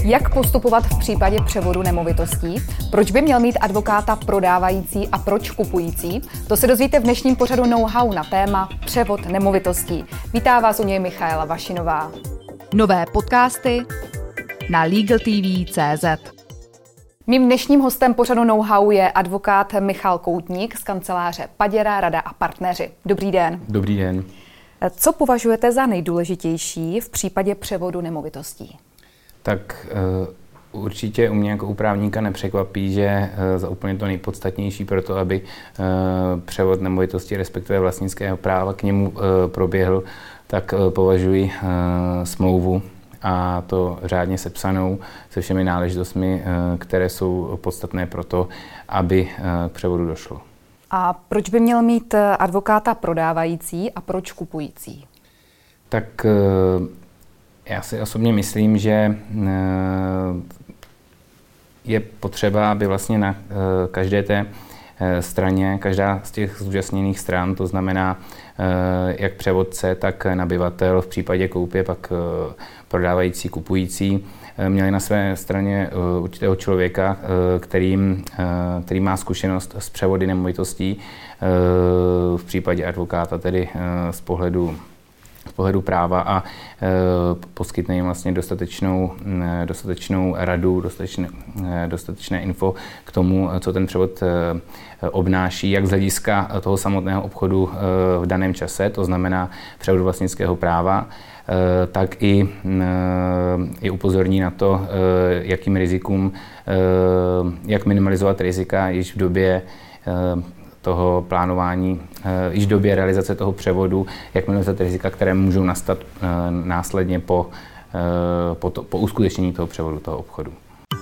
Jak postupovat v případě převodu nemovitostí? Proč by měl mít advokáta prodávající a proč kupující? To se dozvíte v dnešním pořadu Know-how na téma převod nemovitostí. Vítá vás u něj Michaela Vašinová. Nové podcasty na LegalTV.cz. Mým dnešním hostem pořadu Know-how je advokát Michal Koutník z kanceláře Paděra, Rada a partneři. Dobrý den. Dobrý den. Co považujete za nejdůležitější v případě převodu nemovitostí? Tak určitě u mě jako u právníka nepřekvapí, že za úplně to nejpodstatnější pro to, aby převod nemovitosti, respektive vlastnického práva k němu proběhl, tak považuji smlouvu, a to řádně sepsanou se všemi náležitostmi, které jsou podstatné pro to, aby k převodu došlo. A proč by měl mít advokáta prodávající a proč kupující? Tak já si osobně myslím, že je potřeba, aby vlastně na každé té straně, každá z těch zúčastněných stran, to znamená jak převodce, tak nabyvatel, v případě koupě pak prodávající, kupující, měli na své straně určitého člověka, který má zkušenost s převody nemovitostí, v případě advokáta tedy z pohledu práva a poskytne jim vlastně dostatečnou radu, dostatečné info k tomu, co ten převod obnáší, jak z hlediska toho samotného obchodu v daném čase, to znamená převodu vlastnického práva, tak i upozorní na to, jakým rizikům, jak minimalizovat rizika již v době toho plánování, již v době realizace toho převodu, jak minimalizovat rizika, které můžou nastat následně po uskutečnění toho převodu, toho obchodu.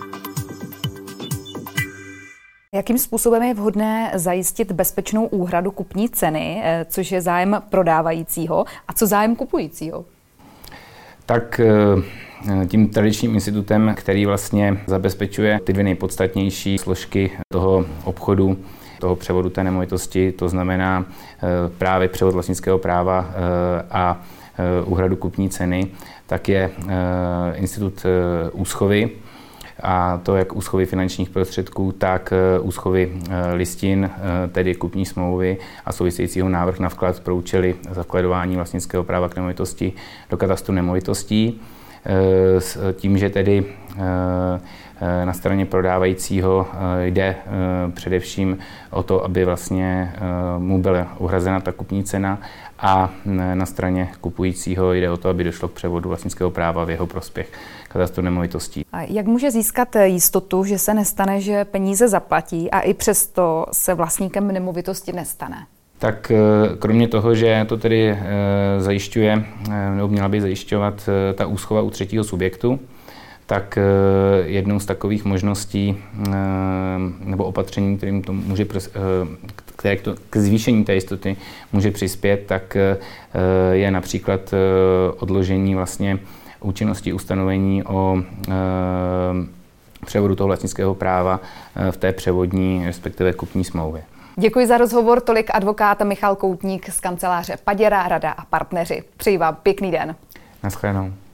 Jakým způsobem je vhodné zajistit bezpečnou úhradu kupní ceny, což je zájem prodávajícího, a co zájem kupujícího? Tak tím tradičním institutem, který vlastně zabezpečuje ty dvě nejpodstatnější složky toho obchodu, toho převodu té nemovitosti, to znamená právě převod vlastnického práva a úhradu kupní ceny, tak je institut úschovy, a to jak úschovy finančních prostředků, tak úschovy listin, tedy kupní smlouvy a souvisejícího návrh na vklad pro účely zavkladování vlastnického práva k nemovitosti do katastru nemovitostí. S tím, že tedy na straně prodávajícího jde především o to, aby vlastně mu byla uhrazena ta kupní cena, a na straně kupujícího jde o to, aby došlo k převodu vlastnického práva v jeho prospěch katastru nemovitostí. A jak může získat jistotu, že se nestane, že peníze zaplatí a i přesto se vlastníkem nemovitosti nestane? Tak kromě toho, že to tedy zajišťuje, nebo měla by zajišťovat ta úschova u třetího subjektu, tak jednou z takových možností nebo opatření, kterým to může, které k zvýšení té jistoty může přispět, tak je například odložení vlastně účinnosti ustanovení o převodu toho vlastnického práva v té převodní, respektive kupní smlouvě. Děkuji za rozhovor, tolik advokát Michal Koutník z kanceláře Paděra, Rada a partneři. Přeji vám pěkný den. Naschledanou.